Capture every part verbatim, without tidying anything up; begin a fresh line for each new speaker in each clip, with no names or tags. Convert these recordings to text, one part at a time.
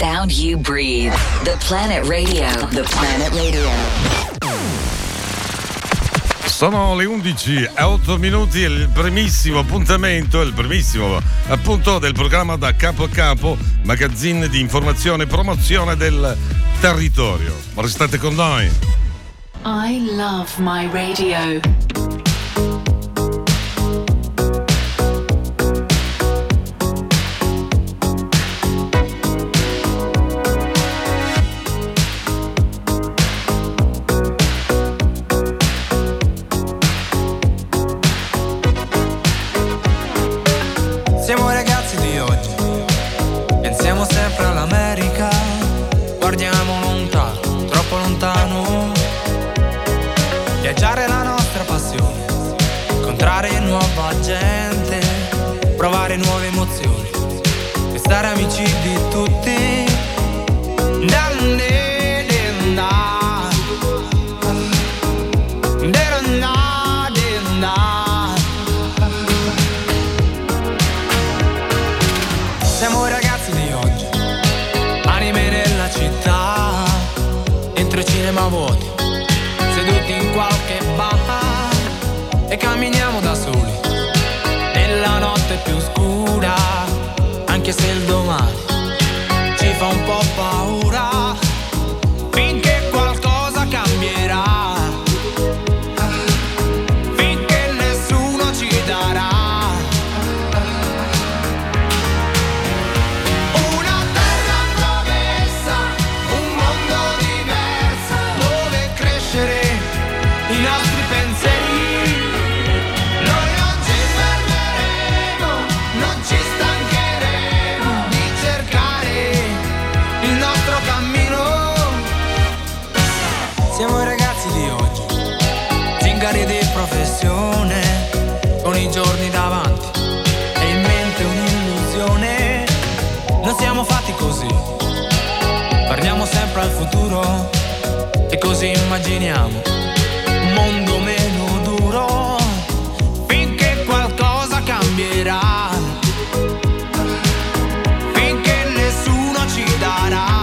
sound you breathe. The Planet Radio. The Planet Radio.
Sono le undici e otto minuti, il primissimo appuntamento, il primissimo appunto del programma Da Capo a Capo, magazzine di informazione e promozione del territorio. Restate con noi.
I love my radio.
Viaggiare è la nostra passione, incontrare nuova gente, provare nuove emozioni e stare amici di tutti. Siamo i ragazzi di oggi, anime nella città, dentro i cinema vuoti, seduti in qualche bar e camminiamo da soli nella notte più scura, anche se il domani ci fa un po' paura, finché qualcosa cambierà, finché nessuno ci darà una terra promessa, un mondo diverso dove crescere i nostri pensieri. Noi non ci fermeremo, non ci stancheremo di cercare il nostro cammino. Siamo i ragazzi di oggi, zingari di professione, con i giorni davanti e in mente un'illusione. Non siamo fatti così, guardiamo sempre al futuro e così immaginiamo un mondo meno duro, finché qualcosa cambierà, finché nessuno ci darà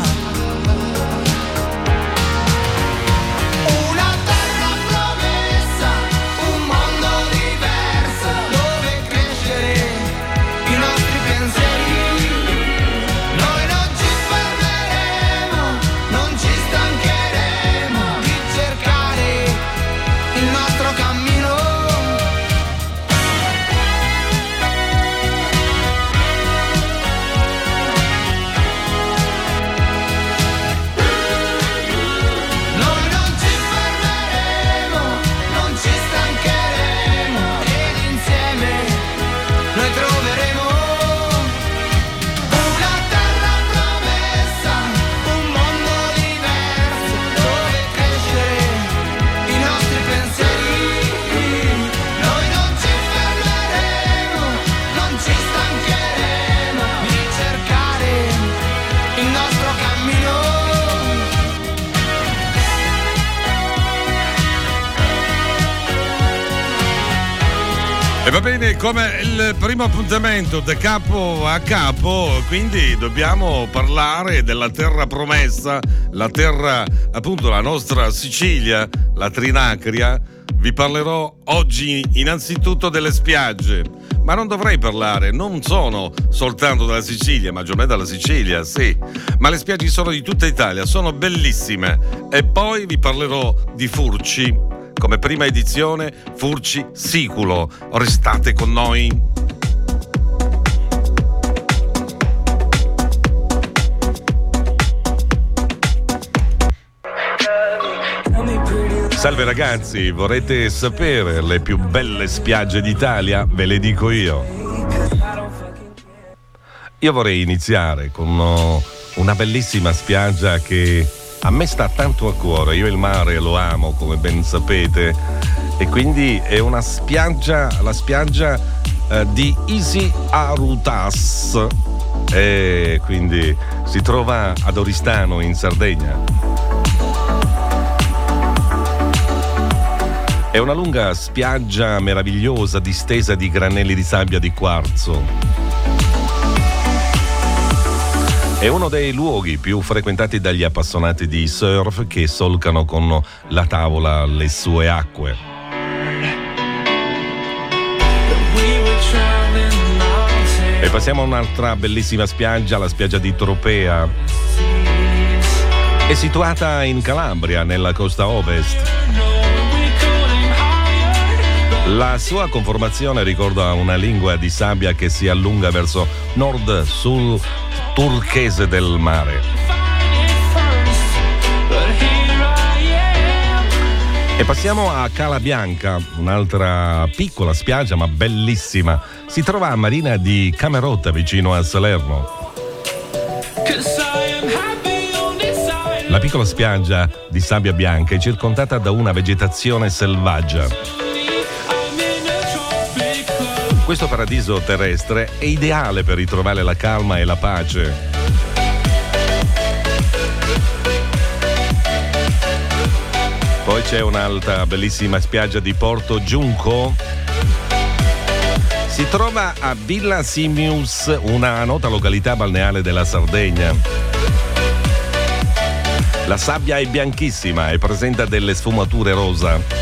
una terra promessa, un mondo diverso dove crescere i nostri pensieri. Noi non ci fermeremo, non ci stancheremo di cercare il nostro cammino. Noi non ci fermeremo, non ci stancheremo ed insieme noi troveremo una terra promessa, un mondo diverso dove crescere i nostri pensieri. Noi non ci fermeremo, non ci stancheremo di cercare il nostro cammino.
E va bene, come il primo appuntamento da capo a capo, quindi dobbiamo parlare della terra promessa, la terra, appunto, la nostra Sicilia, la Trinacria. Vi parlerò oggi innanzitutto delle spiagge, ma non dovrei parlare, non sono soltanto dalla Sicilia, maggiormente dalla Sicilia, sì, ma le spiagge sono di tutta Italia, sono bellissime. E poi vi parlerò di Furci. Come prima edizione, Furci Siculo. Restate con noi. Salve ragazzi, vorrete sapere le più belle spiagge d'Italia? Ve le dico io. Io vorrei iniziare con una bellissima spiaggia che a me sta tanto a cuore. Io il mare lo amo, come ben sapete, e quindi è una spiaggia, la spiaggia eh, di Isi Arutas, e quindi si trova ad Oristano in Sardegna. È una lunga spiaggia meravigliosa distesa di granelli di sabbia di quarzo. È uno dei luoghi più frequentati dagli appassionati di surf che solcano con la tavola le sue acque. E passiamo a un'altra bellissima spiaggia, la spiaggia di Tropea. È situata in Calabria, nella costa ovest. La sua conformazione ricorda una lingua di sabbia che si allunga verso nord sul turchese del mare. E passiamo a Cala Bianca, un'altra piccola spiaggia ma bellissima. Si trova a Marina di Camerota, vicino a Salerno. La piccola spiaggia di sabbia bianca è circondata da una vegetazione selvaggia. Questo paradiso terrestre è ideale per ritrovare la calma e la pace. Poi c'è un'altra bellissima spiaggia di Porto Giunco. Si trova a Villa Simius, una nota località balneare della Sardegna. La sabbia è bianchissima e presenta delle sfumature rosa.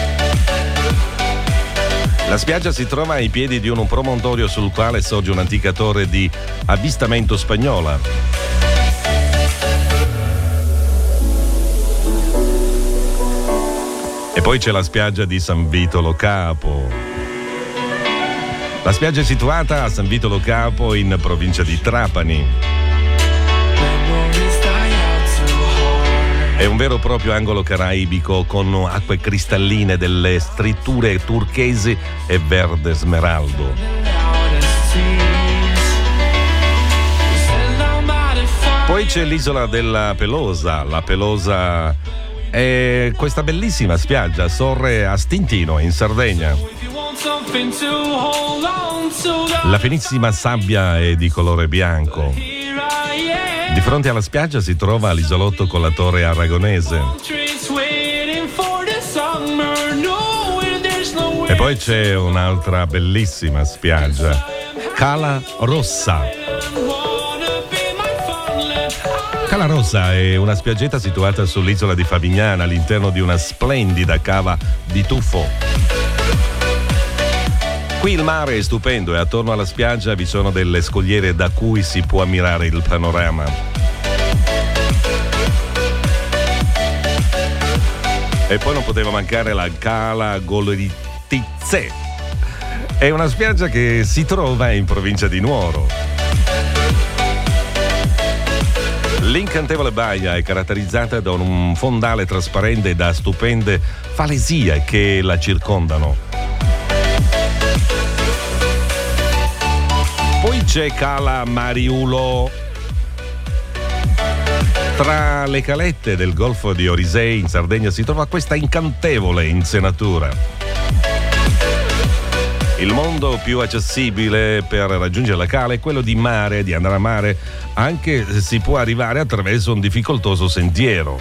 La spiaggia si trova ai piedi di un promontorio sul quale sorge un'antica torre di avvistamento spagnola. E poi c'è la spiaggia di San Vitolo Capo. La spiaggia è situata a San Vitolo Capo, in provincia di Trapani. È un vero e proprio angolo caraibico con acque cristalline delle stritture turchesi e verde smeraldo. Poi c'è l'isola della Pelosa. La Pelosa è questa bellissima spiaggia, sorre a Stintino, in Sardegna. La finissima sabbia è di colore bianco. Di fronte alla spiaggia si trova l'isolotto con la torre aragonese. E poi c'è un'altra bellissima spiaggia, Cala Rossa. Cala Rossa è una spiaggetta situata sull'isola di Favignana, all'interno di una splendida cava di tuffo. Qui il mare è stupendo e attorno alla spiaggia vi sono delle scogliere da cui si può ammirare il panorama. E poi non poteva mancare la Cala Goloritizze. È una spiaggia che si trova in provincia di Nuoro. L'incantevole baia è caratterizzata da un fondale trasparente e da stupende falesie che la circondano. Poi c'è Cala Mariulo. Tra le calette del golfo di Orisei in Sardegna si trova questa incantevole insenatura. Il modo più accessibile per raggiungere la cala è quello di mare, di andare a mare, anche se si può arrivare attraverso un difficoltoso sentiero.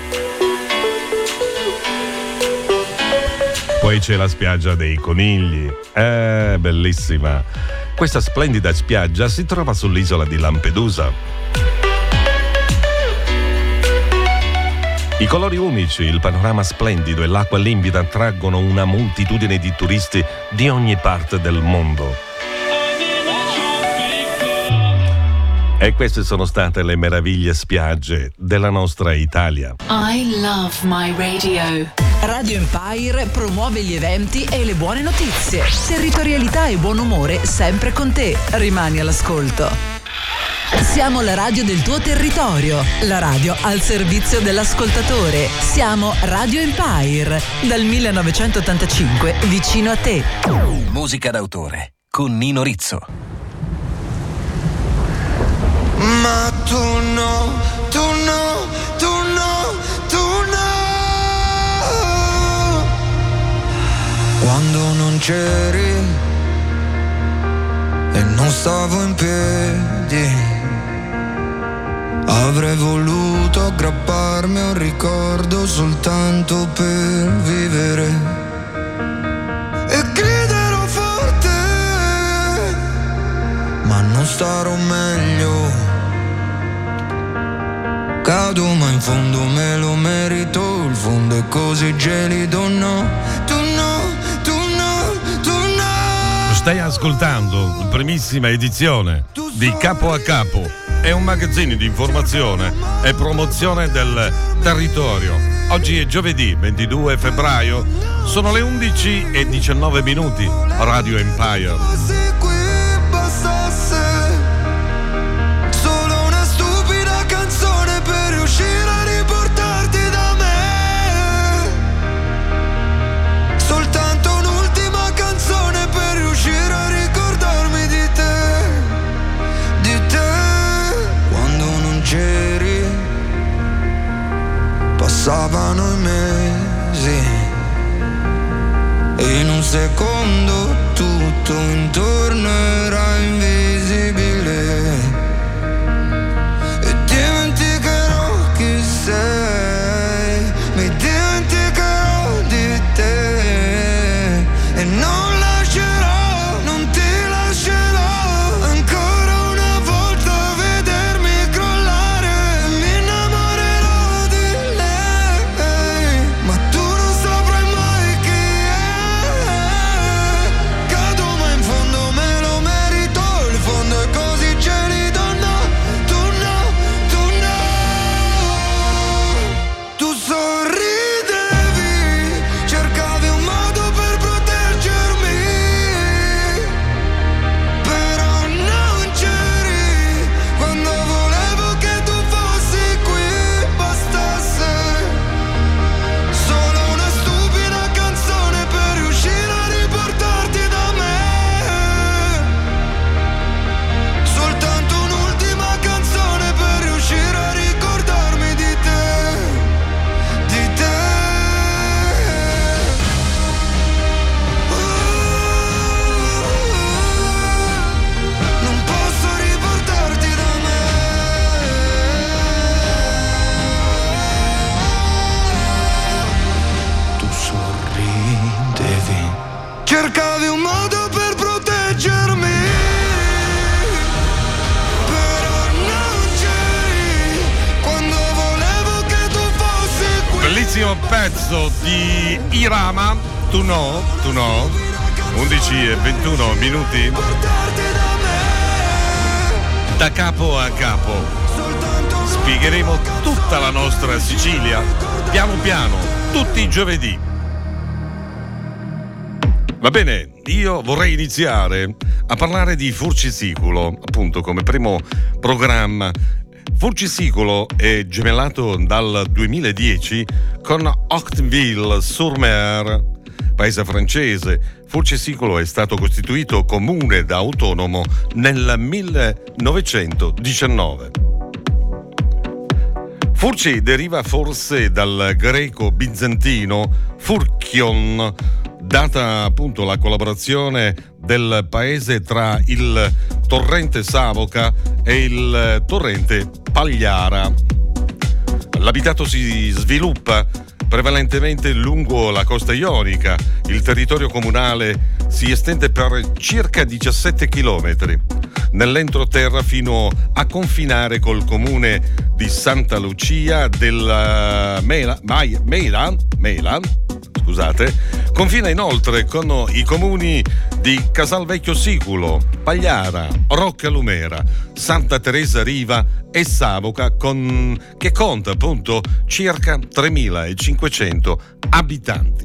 Poi c'è la spiaggia dei Conigli. Eh, bellissima. Questa splendida spiaggia si trova sull'isola di Lampedusa. I colori unici, il panorama splendido e l'acqua limpida attraggono una moltitudine di turisti di ogni parte del mondo. E queste sono state le meraviglie spiagge della nostra Italia.
I love my radio.
Radio Empire promuove gli eventi e le buone notizie. Territorialità e buon umore sempre con te. Rimani all'ascolto. Siamo la radio del tuo territorio, la radio al servizio dell'ascoltatore. Siamo Radio Empire, dal millenovecentottantacinque vicino a te.
Musica d'autore con Nino Rizzo.
Ma tu no, tu no, tu no, tu no. Quando non c'eri e non stavo in piedi, avrei voluto aggrapparmi a un ricordo soltanto per vivere e griderò forte, ma non starò meglio Cado ma in fondo me lo merito, il fondo è così gelido, no, tu no, tu no, tu no.
Stai ascoltando la primissima edizione di Capo a Capo, è un magazzino di informazione e promozione del territorio. Oggi è giovedì ventidue febbraio, sono le undici e diciannove minuti, Radio Empire.
Passavano i mesi e in un secondo tutto intorno era invisibile e dimenticherò chi sei, mi dimenticherò di te e non lascerò, non ti lascerò ancora una volta vedermi crollare, mi innamorerò di ma tu non saprai mai chi è. Cado ma in fondo me lo merito, il fondo è così gelido, no, tu no, tu no. Tu sorridevi, cercavi un modo per proteggermi, però non c'eri quando volevo che tu fossi qui, bastasse solo una stupida canzone per riuscire a riportarti da me, soltanto un'ultima canzone per riuscire a ricordarmi di te, di te. Non posso riportarti da me. Tu sorridevi, cercavi un modo per proteggermi, però non c'eri quando volevo che tu fossi qui.
Bellissimo pezzo di Irama, tu no, tu no, undici e ventuno minuti,
Portarti da me,
da capo a capo.
soltanto
Spiegheremo tutta la nostra Sicilia, piano piano, tutti i giovedì. Va bene, io vorrei iniziare a parlare di Furcisicolo, appunto come primo programma. Furcisicolo è gemellato dal duemiladieci con Octeville-sur-Mer, paese francese. Furcisicolo è stato costituito comune da autonomo nel millenovecentodiciannove. Furci deriva forse dal greco bizantino furchion, data appunto la collaborazione del paese tra il torrente Savoca e il torrente Pagliara. L'abitato si sviluppa prevalentemente lungo la costa ionica. Il territorio comunale si estende per circa diciassette chilometri nell'entroterra fino a confinare col comune di Santa Lucia della Mela, Maia, Mela, Mela, scusate, confina inoltre con i comuni di Casalvecchio Siculo, Pagliara, Roccalumera, Santa Teresa Riva e Savoca, con, che conta appunto circa tremilacinquecento abitanti.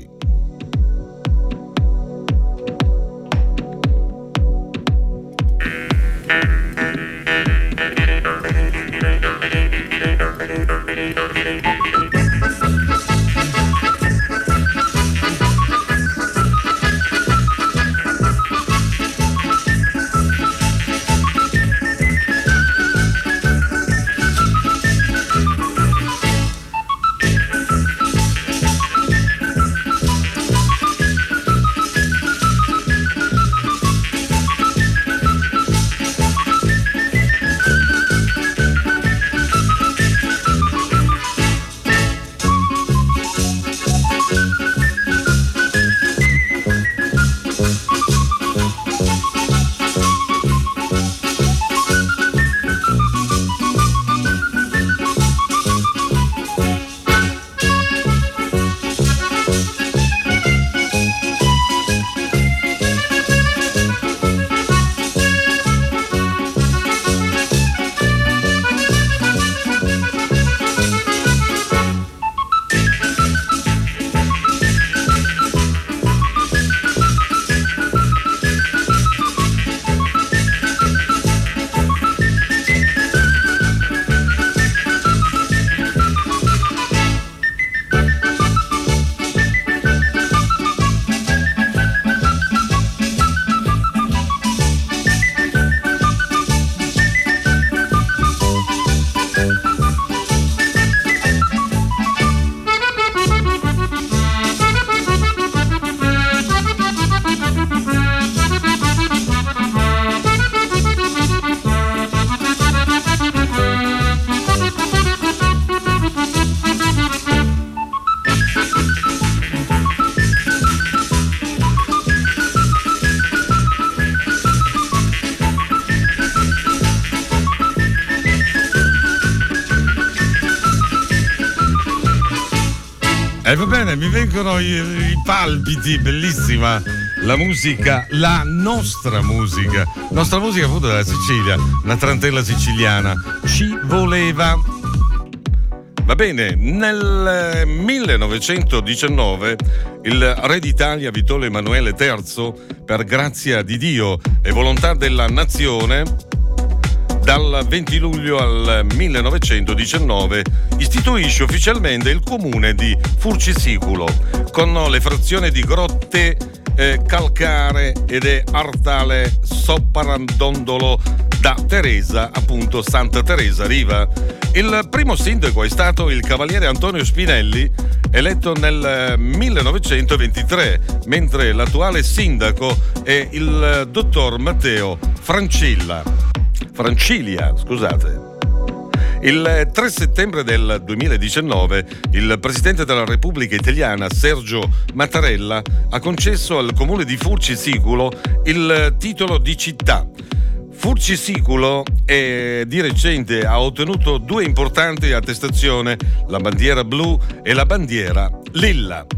E eh, va bene, mi vengono i, i palpiti, bellissima la musica, la nostra musica, nostra musica appunto della Sicilia, una tarantella siciliana, Ci voleva. Va bene, nel millenovecentodiciannove il re d'Italia Vittorio Emanuele terzo, per grazia di Dio e volontà della nazione, dal venti luglio al millenovecentodiciannove istituisce ufficialmente il comune di Furcisicolo con le frazioni di Grotte eh, Calcare ed è Artale Sopparandondolo da Teresa, appunto Santa Teresa Riva. Il primo sindaco è stato il cavaliere Antonio Spinelli, eletto nel millenovecentoventitré, mentre l'attuale sindaco è il dottor Matteo Francilla. Francilia, scusate. Il tre settembre del duemiladiciannove il Presidente della Repubblica Italiana Sergio Mattarella ha concesso al comune di Furcisicolo il titolo di città. Furcisicolo è, di recente ha ottenuto due importanti attestazioni, la bandiera blu e la bandiera lilla.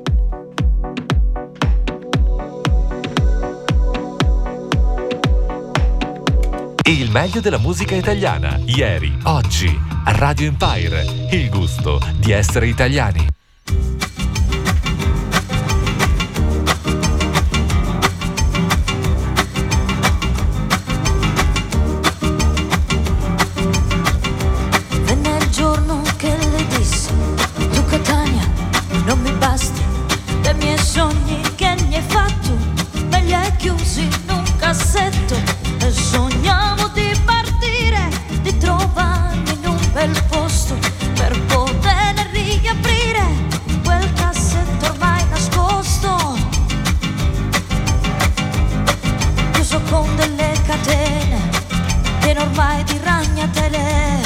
Il meglio della musica italiana, ieri, oggi, a Radio Empire, il gusto di essere italiani.
Venne il giorno che le dissi, tu Catania, non mi basti, dei miei sogni che mi hai fatto, me li hai chiusi in un cassetto e sognavo di partire, di trovarmi in un bel posto per poter riaprire quel cassetto ormai nascosto, chiuso con delle catene pieno ormai di ragnatele.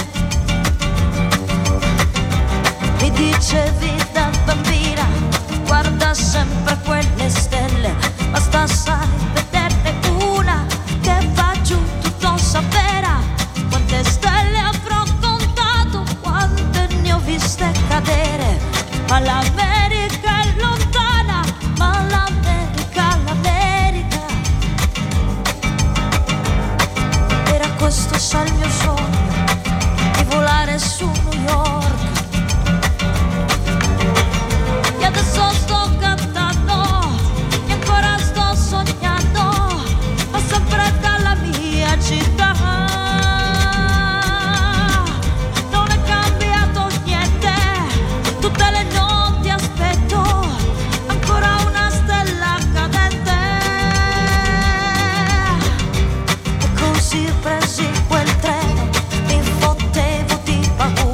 Mi dicevi da bambina, guarda sempre quelle stelle, basta sai vederne una che va giù tutto sapera. Quante stelle avrò contato, quante ne ho viste cadere, ma l'America è lontana, ma l'America, l'America. Era questo sai il mio sogno, di volare su New York, e adesso sto cantando e ancora sto sognando, ma sempre dalla mia città. Non è cambiato niente, tutte le notti aspetto ancora una stella cadente. E così presi quel treno, mi fottevo di paura,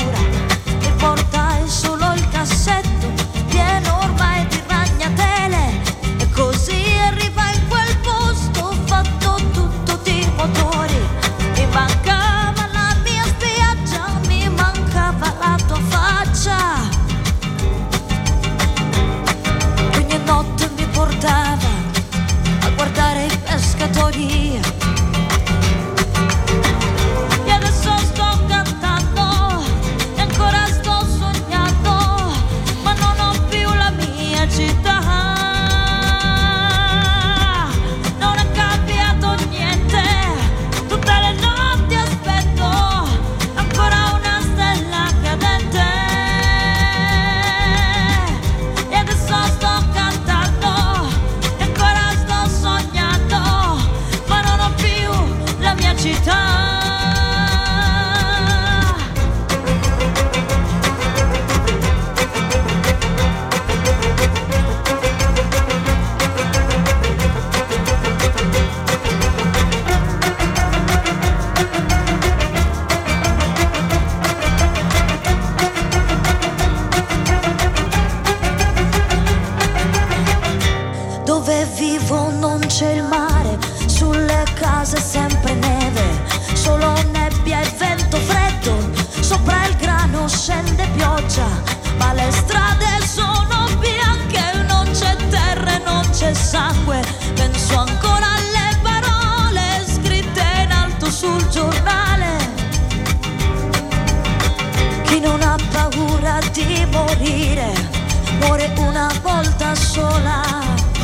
volta sola.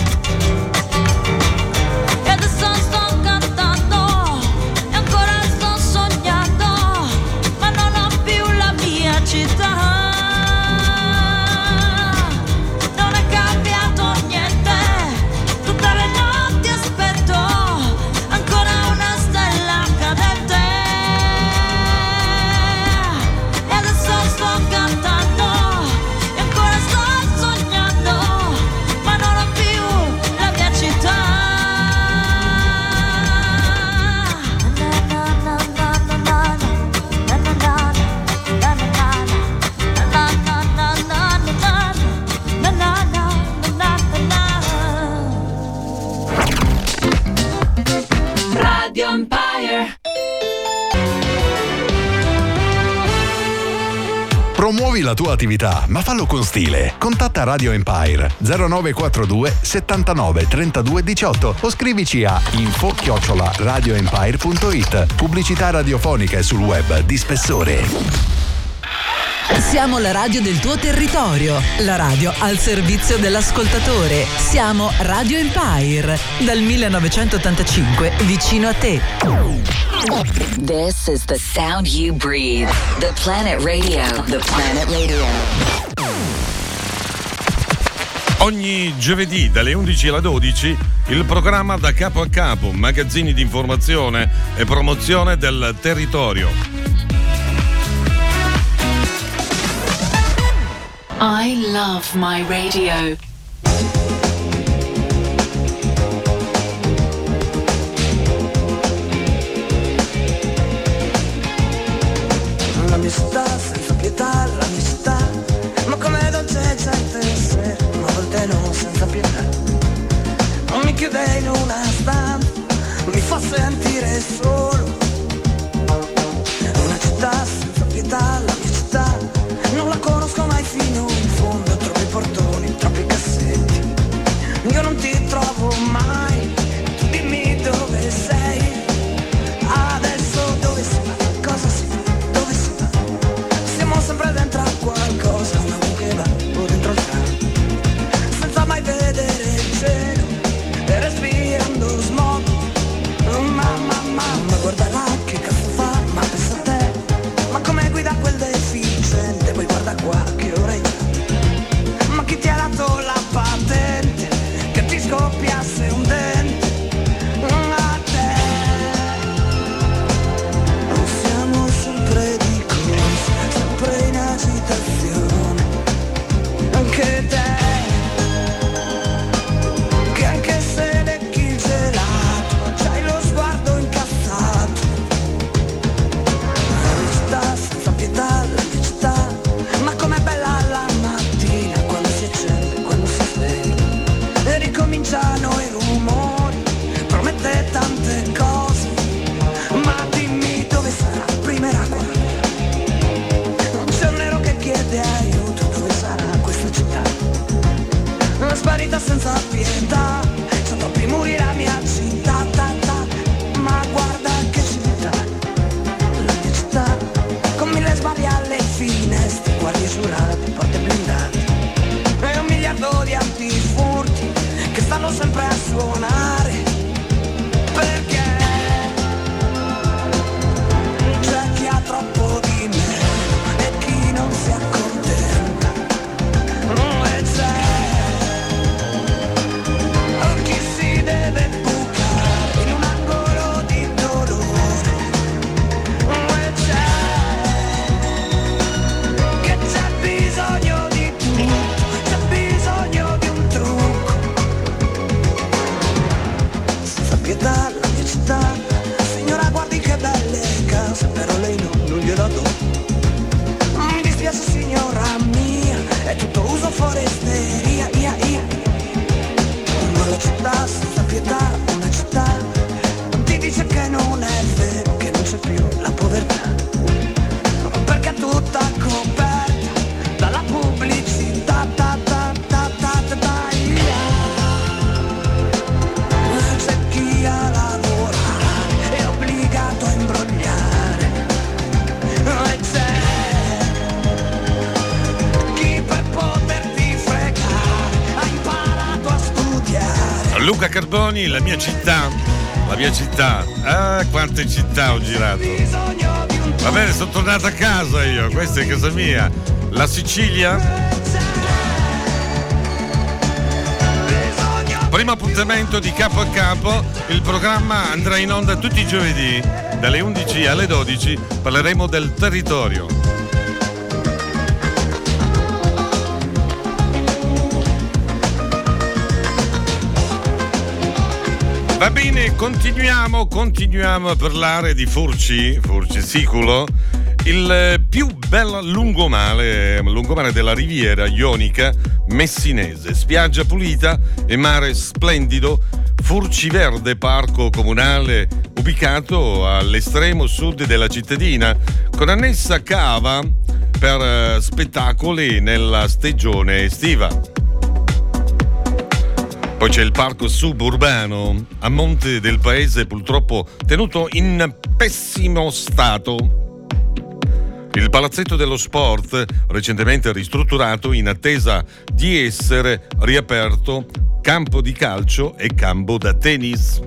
E adesso sto cantando e ancora sto sognando, ma non ho più la mia città. Non è cambiato niente, tutte le notti aspetto ancora una stella cadente. E adesso sto cantando e ancora sto sognando, ma non ho più la mia città.
Radio Empire.
Promuovi la tua attività, ma fallo con stile. Contatta Radio Empire zero nove quattro due settantanove trentadue diciotto o scrivici a info chiocciola radioempire punto it. Pubblicità radiofonica e sul web di spessore.
Siamo la radio del tuo territorio, la radio al servizio dell'ascoltatore. Siamo Radio Empire, dal millenovecentottantacinque vicino a te.
This is the sound you breathe. The Planet Radio. The Planet Radio.
Ogni giovedì dalle undici alle dodici il programma Da Capo a Capo, magazzini di informazione e promozione del territorio.
I love my radio.
La mia città senza pietà, la mia città, ma come dolce certe sere, ma a volte no, senza pietà. Non mi chiude in una stanza, mi fa sentire solo. Una città senza pietà, la mia città, non la conosco mai fino in fondo, troppi portoni, troppi cassetti. Io non ti trovo mai, tu dimmi dove sei. Adesso dove si va, cosa si fa, dove si va? Siamo sempre dentro a qualcosa, una che va o dentro il tram, senza mai vedere il cielo e respirando smog. Oh, mamma, mamma, guardare
Luca Carboni, La mia città, la mia città, ah quante città ho girato. Va bene, sono tornato a casa io, questa è casa mia, la Sicilia. Primo appuntamento di Capo a Capo, il programma andrà in onda tutti i giovedì dalle undici alle dodici, parleremo del territorio. Va bene, continuiamo, continuiamo a parlare di Furci, Furci Siculo, il più bel lungomare, lungomare della riviera ionica messinese, spiaggia pulita e mare splendido. Furci Verde, parco comunale ubicato all'estremo sud della cittadina, con annessa cava per spettacoli nella stagione estiva. Poi c'è il parco suburbano a monte del paese, purtroppo tenuto in pessimo stato. Il palazzetto dello sport, recentemente ristrutturato in attesa di essere riaperto, campo di calcio e campo da tennis.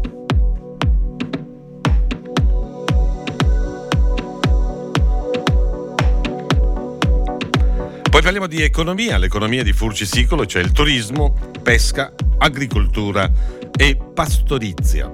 Poi parliamo di economia, l'economia di Furci Siculo, c'è il turismo, pesca, agricoltura e pastorizia.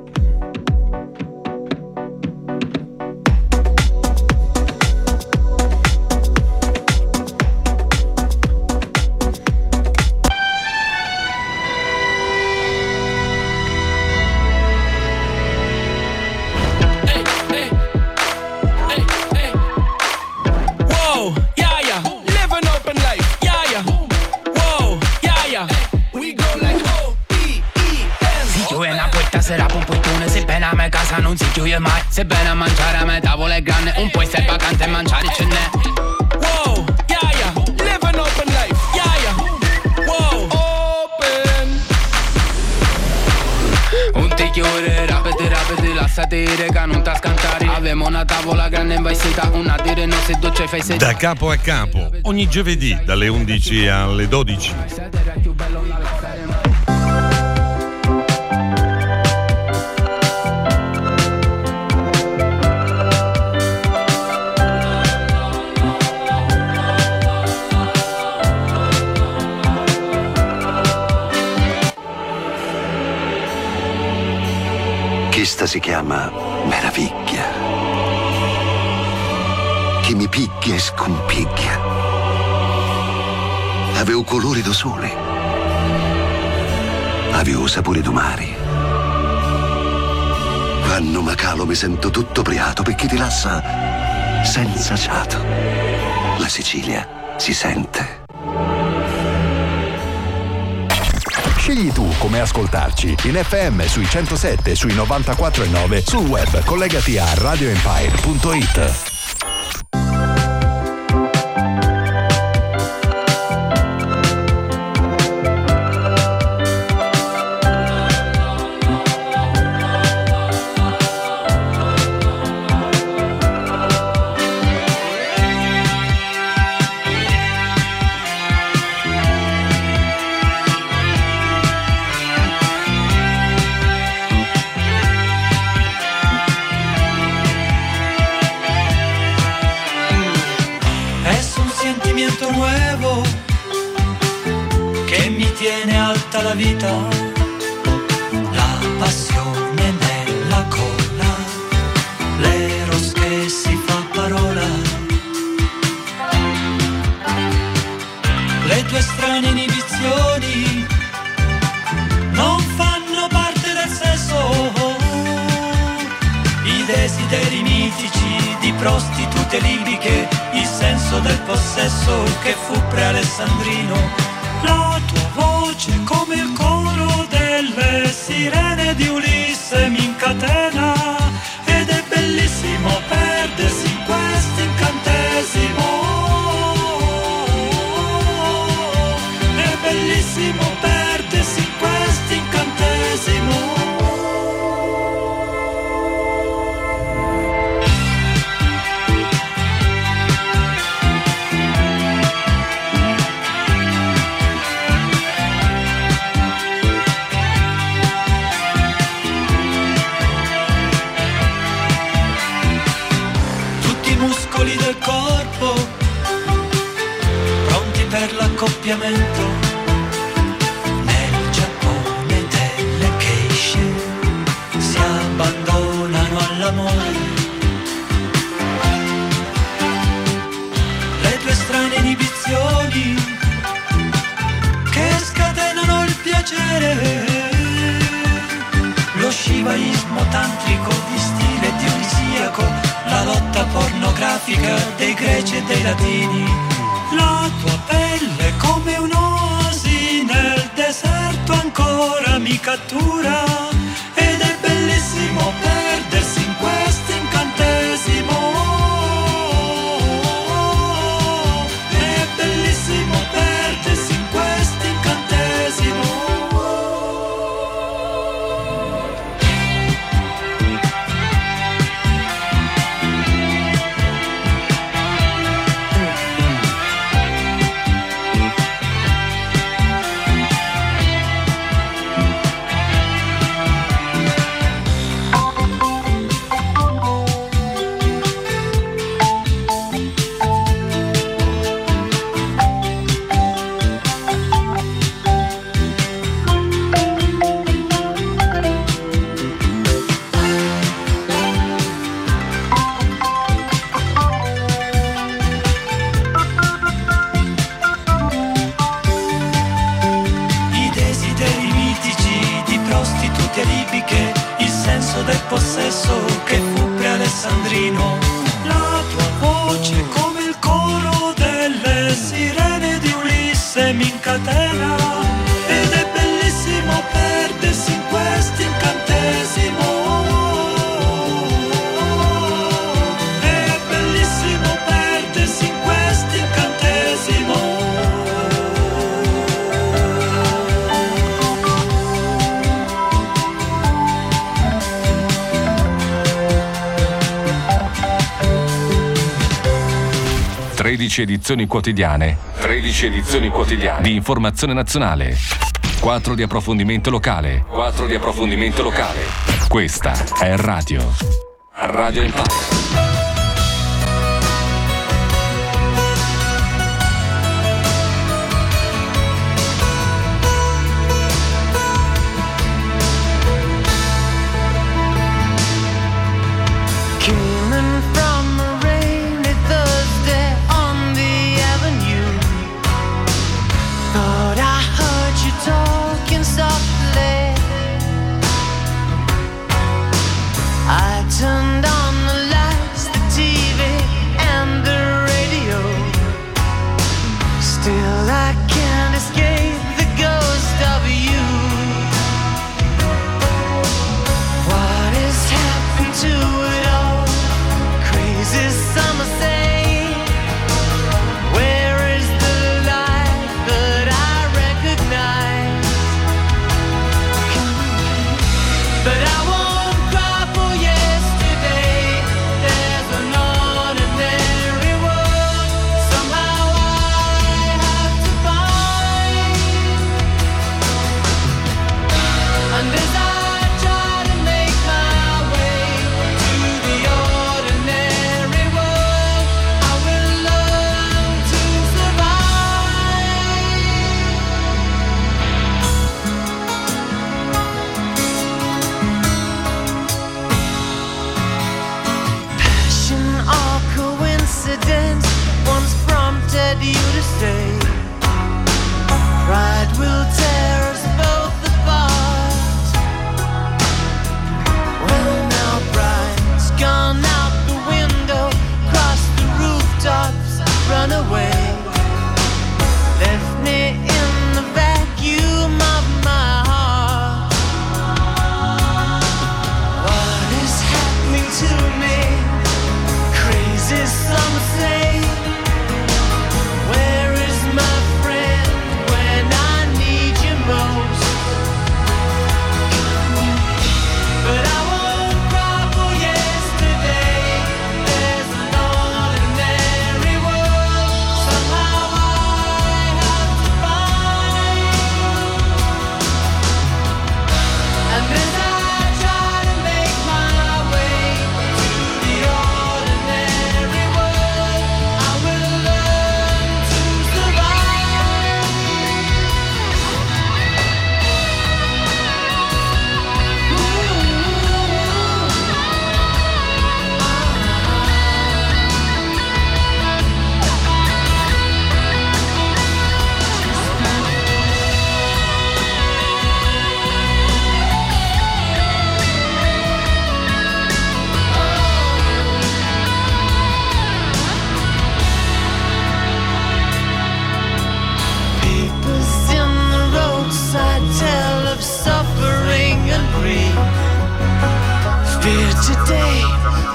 Será un puttone, se bene a me casa non si chiude mai. Se bene a mangiare a me tavola è grande, un po' se vacante e mangiare ce n'è. Wow, yeah, yeah, live an open life, yeah, yeah. Wow, open. Un ti chiude, rapete, rapete, lasciati dire che non ta scantare. Avemo una tavola grande in vaisita, una dire non se dolce fai sei.
Da Capo a Capo, ogni giovedì dalle undici alle dodici.
Questa si chiama meraviglia. Che mi picchia e scompicchia. Avevo colori da sole. Avevo sapore d'umari. Quando macalo mi sento tutto priato perché ti rilassa senza fiato. La Sicilia si sente.
Scegli tu come ascoltarci, in F M sui centosette, sui novantaquattro e nove, sul web collegati a radio empire punto it.
La vita, la passione nella colla, l'eros che si fa parola, le tue strane inibizioni non fanno parte del sesso, i desideri mitici di prostitute libiche, il senso del possesso che fu pre-alessandrino. La tua voce come il coro delle sirene di Ulisse mi incatena ed è bellissimo perdersi in questo incantesimo. È bellissimo perdersi in questo incantesimo. accoppiamento. Nel Giappone delle geishe si abbandonano all'amore. Le tue strane inibizioni che scatenano il piacere. Lo shivaismo tantrico di stile dionisiaco, la lotta pornografica dei greci e dei latini. La tua pelle come un'oasi nel deserto ancora mi cattura, ed è bellissimo perdersi in questo incantesimo. È bellissimo perdersi in questo incantesimo. Del possesso che fu pre-alessandrino. La tua voce come il coro delle sirene di Ulisse mi incatena, ed è bellissimo perdersi in questo incantesimo. È bellissimo perdersi in questo incantesimo.
tredici edizioni quotidiane, tredici edizioni quotidiane di informazione nazionale, quattro di approfondimento locale, quattro di approfondimento locale. Questa è Radio, Radio Empire.
Turned on the lights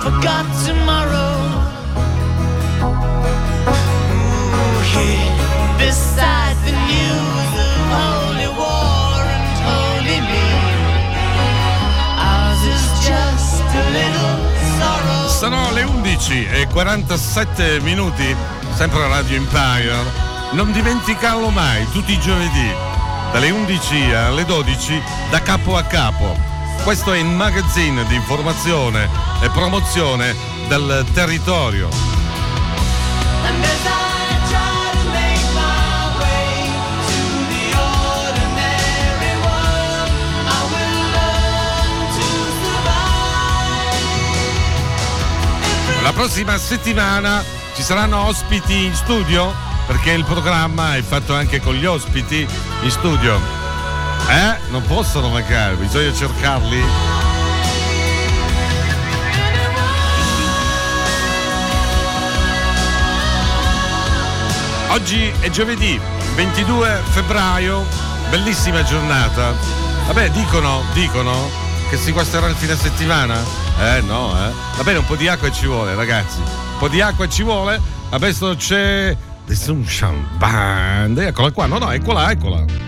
forgot tomorrow. Ooh, here beside the news of holy war and holy me, ours is just a little sorrow.
Sono le undici e quarantasette minuti, sempre a Radio Empire. Non dimenticarlo mai, tutti i giovedì, dalle undici alle dodici, da capo a capo. Questo è il magazine di informazione e promozione del territorio. La prossima settimana ci saranno ospiti in studio, perché il programma è fatto anche con gli ospiti in studio. Eh? Non possono mancare, bisogna cercarli. Oggi è giovedì, ventidue febbraio, bellissima giornata. Vabbè, dicono, dicono che si guasterà il fine settimana? Eh no, eh. Va bene, un po' di acqua ci vuole, ragazzi. Un po' di acqua ci vuole. Adesso c'è The Sunshine Band. Eccola qua, no, no, eccola, eccola.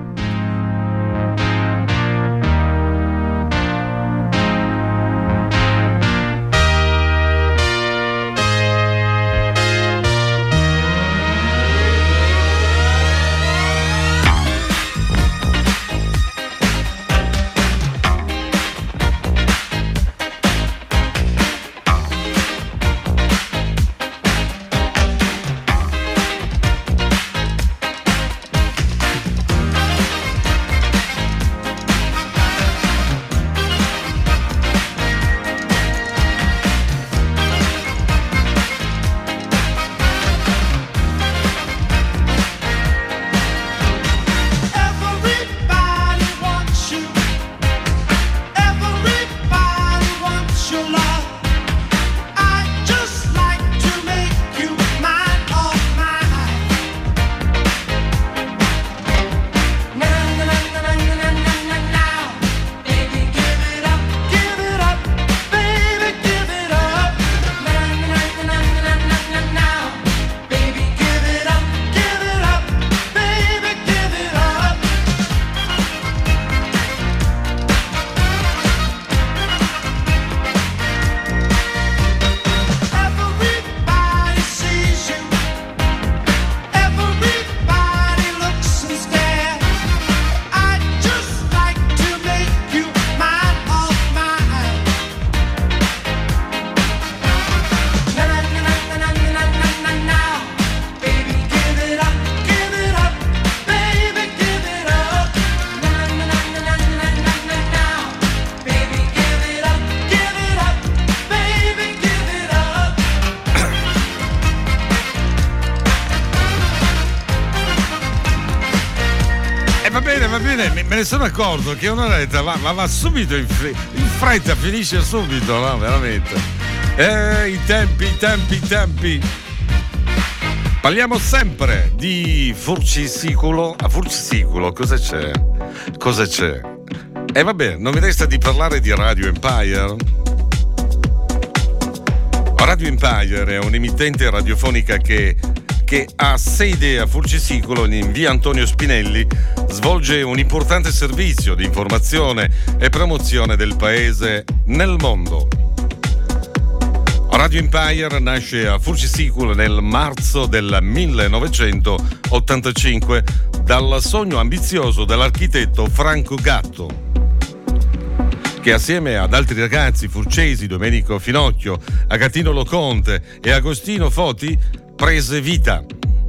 Me ne sono accorto che un'oretta va, va, va subito in, fre- in fretta, finisce subito, no? Veramente. Eh, i tempi, i tempi, i tempi. Parliamo sempre di Furcisicolo. A Furcisicolo cosa c'è? Cosa c'è? E eh, vabbè, non mi resta di parlare di Radio Empire. Radio Empire è un'emittente radiofonica che che ha sede a Furcisicolo in via Antonio Spinelli, svolge un importante servizio di informazione e promozione del paese nel mondo. Radio Empire nasce a Furcisicolo nel marzo del millenovecentottantacinque dal sogno ambizioso dell'architetto Franco Gatto, che assieme ad altri ragazzi furcesi, Domenico Finocchio, Agatino Loconte e Agostino Foti, prese vita.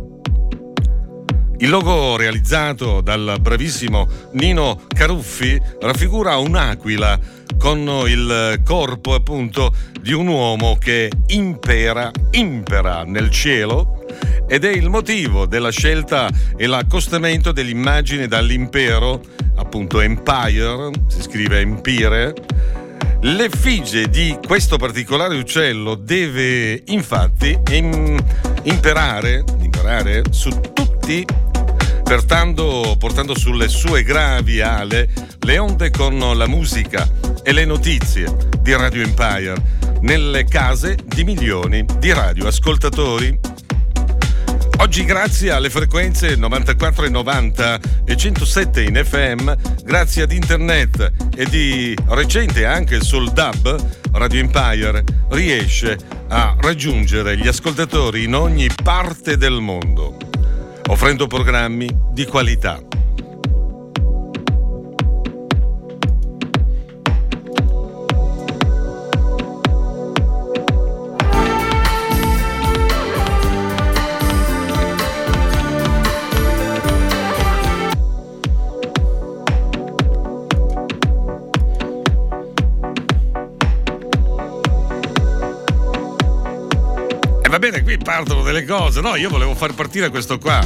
Il logo realizzato dal bravissimo Nino Caruffi raffigura un'aquila con il corpo appunto di un uomo che impera, impera nel cielo, ed è il motivo della scelta e l'accostamento dell'immagine dall'impero, appunto Empire, si scrive Empire. L'effigie di questo particolare uccello deve infatti im- imperare, imperare su tutti, portando, portando sulle sue gravi ale le onde con la musica e le notizie di Radio Empire, nelle case di milioni di radioascoltatori. Oggi, grazie alle frequenze novantaquattro e novanta e centosette in F M, grazie ad internet e di recente anche sul D A B, Radio Empire riesce a raggiungere gli ascoltatori in ogni parte del mondo, offrendo programmi di qualità. Va bene, qui partono delle cose. No, io volevo far partire questo qua.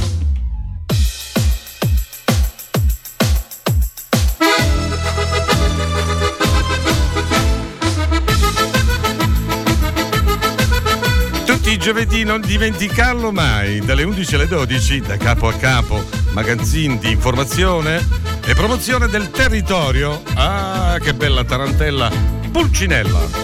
Tutti i giovedì, non dimenticarlo mai, dalle undici alle dodici, da capo a capo, magazzini di informazione e promozione del territorio. Ah, che bella tarantella Pulcinella.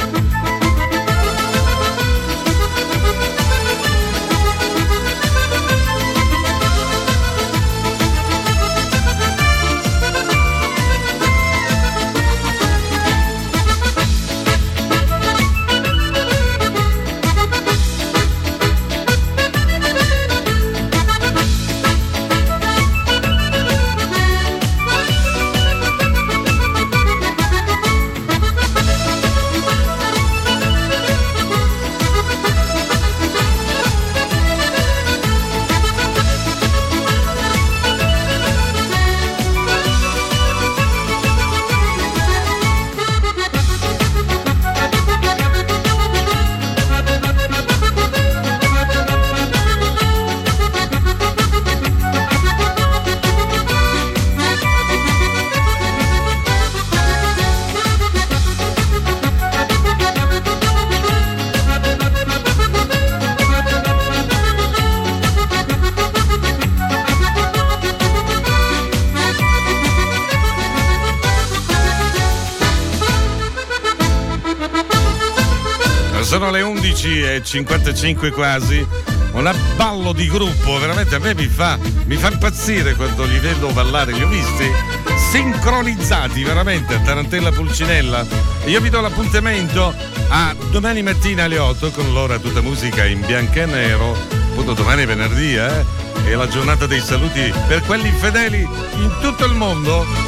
Sono le undici e cinquantacinque quasi, un ballo di gruppo, veramente a me mi fa, mi fa impazzire quando li vedo ballare, li ho visti sincronizzati veramente a Tarantella Pulcinella. E io vi do l'appuntamento a domani mattina alle otto con l'ora tutta musica in bianco e nero, appunto domani è venerdì, eh? È la giornata dei saluti per quelli fedeli in tutto il mondo.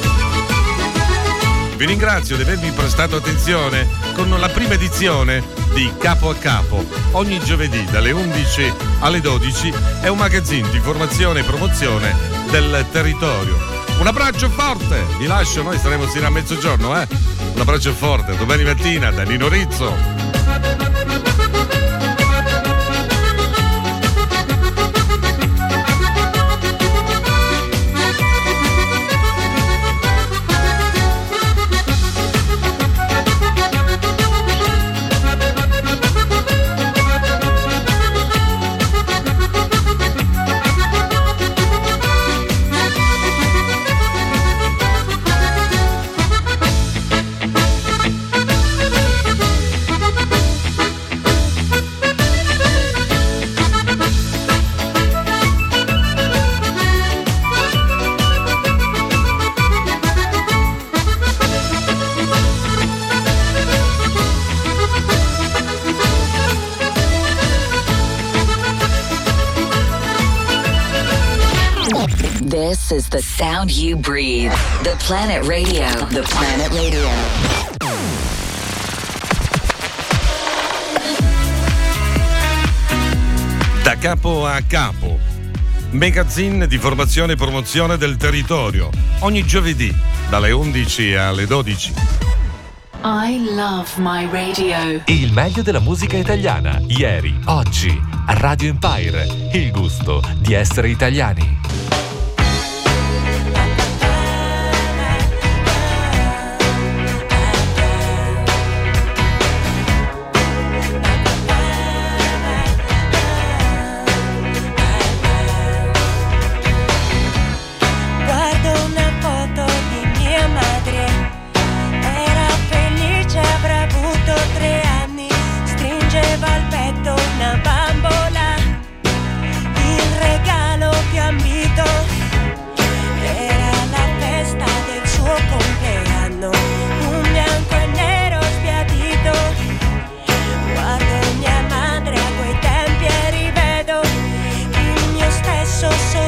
Vi ringrazio di avermi prestato attenzione con la prima edizione di Capo a Capo. Ogni giovedì dalle undici alle dodici è un magazzino di informazione e promozione del territorio. Un abbraccio forte, vi lascio, noi staremo sino a mezzogiorno, eh? Un abbraccio forte, domani mattina da Nino Rizzo.
This is the sound you breathe. The Planet Radio. The Planet Radio.
Da capo a capo. Magazine di formazione e promozione del territorio. Ogni giovedì dalle undici alle dodici.
I love my radio.
Il meglio della musica italiana. Ieri, oggi, a Radio Empire. Il gusto di essere italiani.
Era felice, avrà avuto tre anni.
so so